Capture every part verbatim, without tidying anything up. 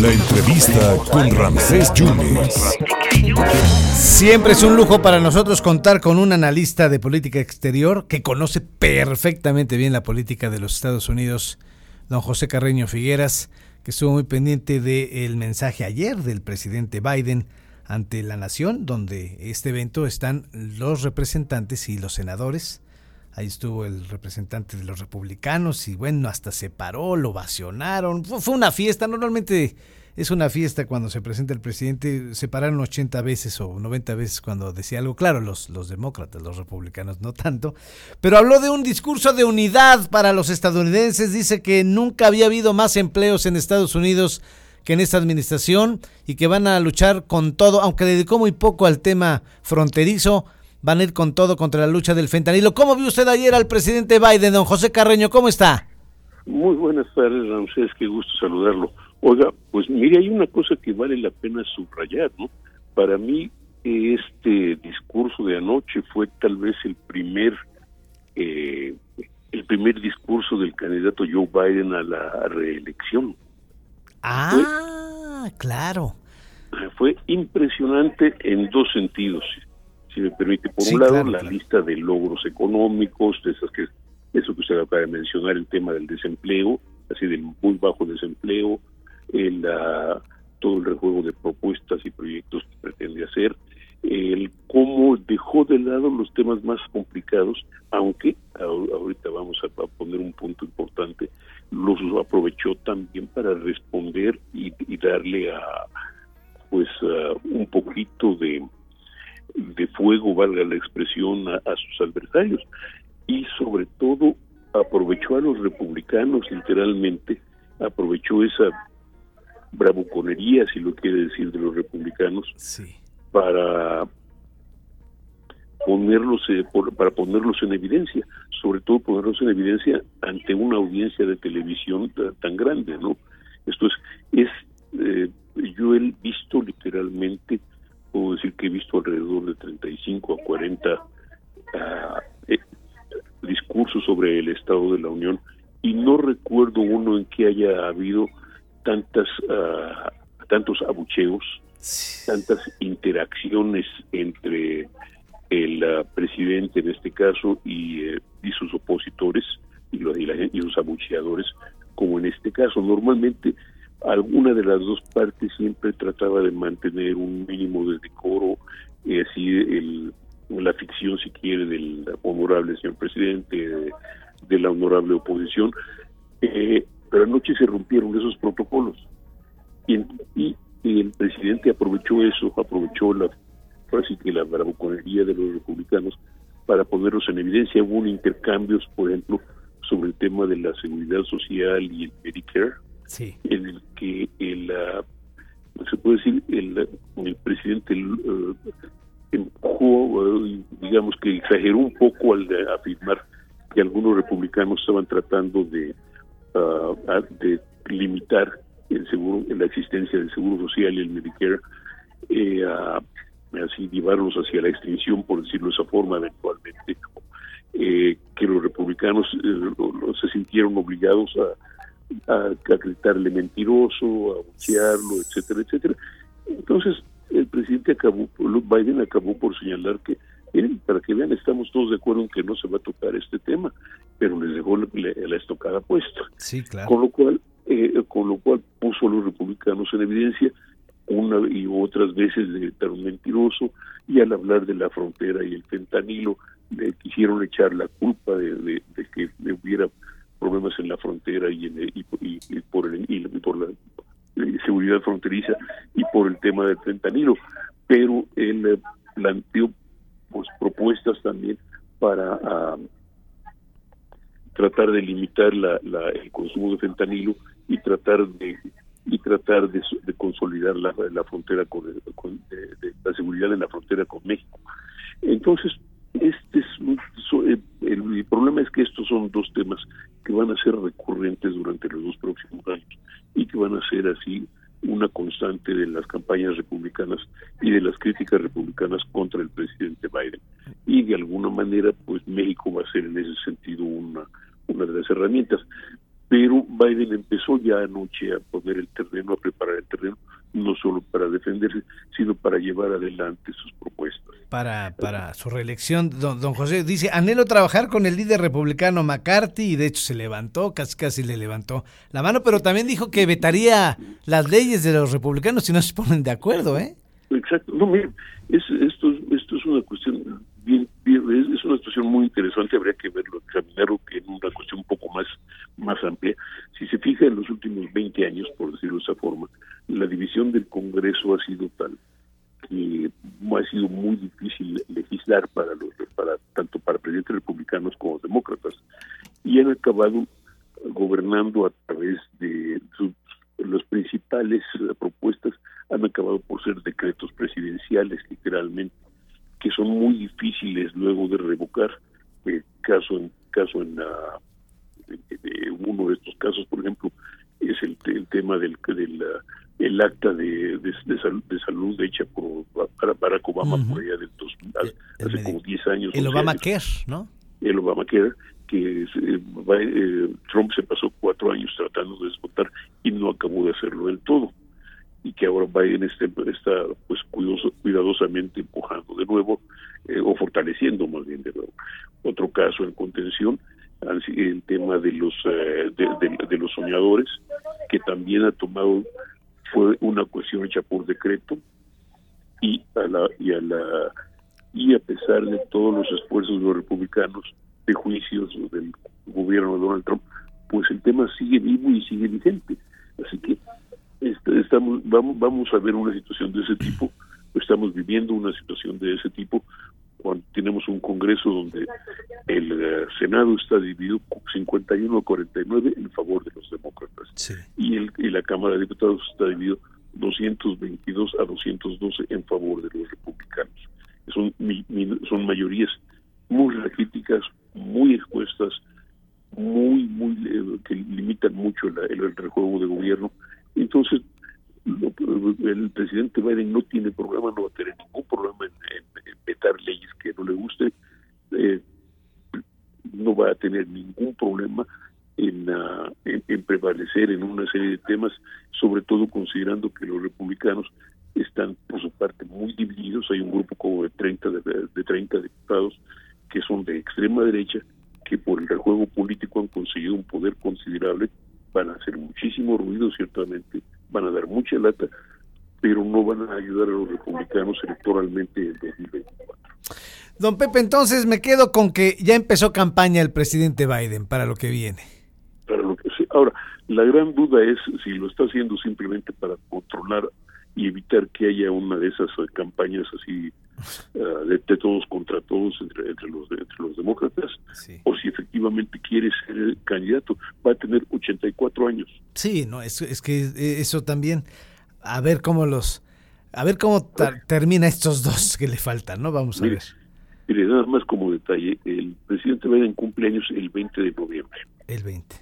La entrevista con Ramsés Yunes. Siempre es un lujo para nosotros contar con un analista de política exterior que conoce perfectamente bien la política de los Estados Unidos, don José Carreño Figueras, que estuvo muy pendiente del mensaje ayer del presidente Biden ante la nación, donde este evento están los representantes y los senadores. Ahí estuvo el representante de los republicanos y bueno, hasta se paró, lo ovacionaron. Fue, fue una fiesta, normalmente es una fiesta cuando se presenta el presidente, se pararon ochenta veces o noventa veces cuando decía algo. Claro, los, los demócratas, los republicanos no tanto, pero habló de un discurso de unidad para los estadounidenses. Dice que nunca había habido más empleos en Estados Unidos que en esta administración y que van a luchar con todo, aunque dedicó muy poco al tema fronterizo. Van a ir con todo contra la lucha del fentanilo. ¿Cómo vio usted ayer al presidente Biden, don José Carreño? ¿Cómo está? Muy buenas tardes, Ramsés, qué gusto saludarlo. Oiga, pues mire, hay una cosa que vale la pena subrayar, ¿no? Para mí, este discurso de anoche fue tal vez el primer, eh, el primer discurso del candidato Joe Biden a la reelección. Ah, fue, claro. Fue impresionante en dos sentidos. Si me permite, por sí, un lado, claro, la claro. lista de logros económicos, de esas que, eso que usted acaba de mencionar, el tema del desempleo, así del muy bajo desempleo, el, uh, todo el rejuego de propuestas y proyectos que pretende hacer, el cómo dejó de lado los temas más complicados, aunque ahorita vamos a, a poner un punto importante, los aprovechó también para responder y, y darle a, pues, uh, un poquito de de fuego, valga la expresión, a, a sus adversarios, y sobre todo aprovechó a los republicanos, literalmente, aprovechó esa bravuconería, si lo quiere decir, de los republicanos, sí. para ponerlos eh, por, para ponerlos en evidencia, sobre todo ponerlos en evidencia ante una audiencia de televisión t- tan grande, ¿no? Esto es, es eh, yo he visto literalmente, puedo decir que he visto alrededor de treinta y cinco a cuarenta uh, eh, discursos sobre el Estado de la Unión y no recuerdo uno en que haya habido tantas uh, tantos abucheos, tantas interacciones entre el uh, presidente en este caso y, eh, y sus opositores y los, y, la, y los abucheadores como en este caso. Normalmente alguna de las dos partes siempre trataba de mantener un mínimo de decoro, eh, así el, la ficción, si quiere, del honorable señor presidente, de, de la honorable oposición, eh, pero anoche se rompieron esos protocolos y, y, y el presidente aprovechó eso, aprovechó la así que la bravuconería de los republicanos para ponerlos en evidencia. Hubo un intercambios, por ejemplo, sobre el tema de la seguridad social y el Medicare, sí. en el que el, uh, se puede decir, el, el presidente uh, empujó, uh, digamos que exageró un poco al de afirmar que algunos republicanos estaban tratando de, uh, de limitar el seguro, la existencia del seguro social y el Medicare, eh, uh, así llevarlos hacia la extinción, por decirlo de esa forma, eventualmente, eh, que los republicanos eh, se sintieron obligados a, a, a gritarle mentiroso, a abuchearlo, etcétera, etcétera. Entonces, el presidente acabó, Biden acabó por señalar que, miren, para que vean, estamos todos de acuerdo en que no se va a tocar este tema, pero les dejó la, la estocada puesta. Sí, claro. Con lo cual, eh, con lo cual puso a los republicanos en evidencia, una y otras veces le gritaron mentiroso, y al hablar de la frontera y el fentanilo le quisieron echar la culpa de, de, de que hubiera problemas en la frontera y, en el, y, y, y por el, y por la seguridad fronteriza y por el tema del fentanilo, pero él eh, planteó pues propuestas también para uh, tratar de limitar la, la, el consumo de fentanilo y tratar de y tratar de, de consolidar la, la frontera con, con de, de la seguridad en la frontera con México. Entonces, este es un, el, el problema es que estos son dos temas que van a ser recurrentes durante los dos próximos años y que van a ser así una constante de las campañas republicanas y de las críticas republicanas contra el presidente Biden. Y de alguna manera, pues México va a ser en ese sentido una, una de las herramientas. pero Biden empezó ya anoche a poner el terreno, a preparar el terreno, no solo para defenderse, sino para llevar adelante sus propuestas. Para, para su reelección, don, don José, dice, anhelo trabajar con el líder republicano McCarthy, y de hecho se levantó, casi casi le levantó la mano, pero también dijo que vetaría las leyes de los republicanos si no se ponen de acuerdo, ¿eh? Exacto, no, miren, es, esto, esto es una cuestión bien, bien es, es una situación muy interesante, habría que verlo, examinarlo, que en una cuestión un poco más, más amplia. Si se fija en los últimos veinte años, por decirlo de esa forma, la división del Congreso ha sido tal que ha sido muy difícil legislar para los para tanto para presidentes republicanos como demócratas, y han acabado gobernando a través de sus las principales propuestas han acabado por ser decretos presidenciales, literalmente, que son muy difíciles luego de revocar. Eh, caso en caso en uh, eh, uno de estos casos, por ejemplo, es el, el tema del, del uh, el acta de, de, de, salud, de salud hecha por Barack Obama, uh-huh, por allá del dos, hace, el, hace como diez años. El Obamacare, ¿no? El Obamacare, que eh, va, eh, Trump se pasó cuatro años tratando de desmontar y no acabó de hacerlo del todo, y que ahora Biden está, está pues cuidadoso, cuidadosamente empujando de nuevo, eh, o fortaleciendo más bien de nuevo. Otro caso en contención, el tema de los eh, de, de, de los soñadores, que también ha tomado, fue una cuestión hecha por decreto, y a la y a la y a pesar de todos los esfuerzos de los republicanos de juicios del gobierno de Donald Trump, pues el tema sigue vivo y sigue vigente. Así que estamos vamos vamos a ver una situación de ese tipo, estamos viviendo una situación de ese tipo cuando tenemos un Congreso donde el uh, Senado está dividido cincuenta y uno a cuarenta y nueve en favor de los demócratas, sí, y, el, y la Cámara de Diputados está dividido doscientos veintidós a doscientos doce en favor de los republicanos. Son, mi, mi, son mayorías muy raquíticas, muy expuestas, muy, muy eh, que limitan mucho la, el, el rejuego de gobierno. Entonces, lo, el presidente Biden no tiene programa, no va a tener ningún problema en, en, en vetar leyes que no le guste, eh, no va a tener ningún problema en, uh, en, en prevalecer en una serie de temas, sobre todo considerando que los republicanos están por su parte muy divididos. Hay un grupo como de treinta de, de treinta diputados que son de extrema derecha, que por el rejuego político han conseguido un poder considerable, van a hacer muchísimo ruido, ciertamente, van a dar mucha lata, pero no van a ayudar a los republicanos electoralmente en dos mil veinticuatro. Don Pepe, entonces me quedo con que ya empezó campaña el presidente Biden para lo que viene. Para lo que sí. Ahora, la gran duda es si lo está haciendo simplemente para controlar y evitar que haya una de esas uh, campañas así uh, de, de todos contra todos entre, entre los entre los demócratas, sí, o si efectivamente quiere ser el candidato. Va a tener ochenta y cuatro años. Sí, no, es, es que eso también, a ver cómo los, a ver cómo ta- termina estos dos que le faltan, ¿no? Vamos a mire, ver. Mire, nada más como detalle, el presidente Biden cumple años el veinte de noviembre. El veinte.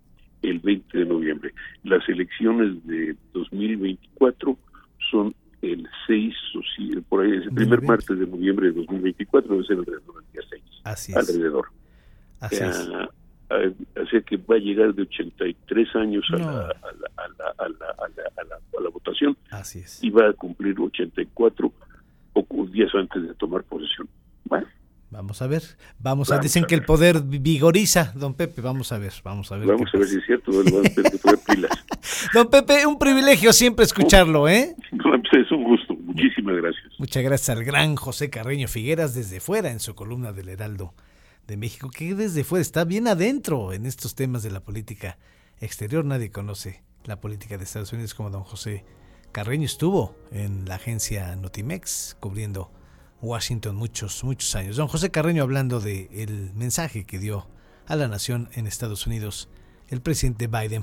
El veinte de noviembre. Las elecciones de dos mil veinticuatro son el seis, o sí, por ahí, es el primer martes de noviembre de dos mil veinticuatro, debe ser alrededor del día seis. Así es. Alrededor. Así eh, es. Eh, así que va a llegar de ochenta y tres años a, no. la, a, la, a, la, a, la, a, la, a, la, a la votación. Así es. Y va a cumplir ochenta y cuatro pocos días antes de tomar posesión. Bueno. Vamos a ver, vamos, vamos a dicen a que el poder vigoriza, don Pepe, vamos a ver, vamos a ver. Vamos a ver si es cierto, vamos a tener que poner pilas. Don Pepe, un privilegio siempre escucharlo, ¿eh? Es un gusto, muchísimas gracias. Muchas gracias al gran José Carreño Figueras desde fuera en su columna del Heraldo de México, que desde fuera está bien adentro en estos temas de la política exterior. Nadie conoce la política de Estados Unidos como don José Carreño. Estuvo en la agencia Notimex cubriendo Washington muchos, muchos años. Don José Carreño hablando de el mensaje que dio a la nación en Estados Unidos el presidente Biden.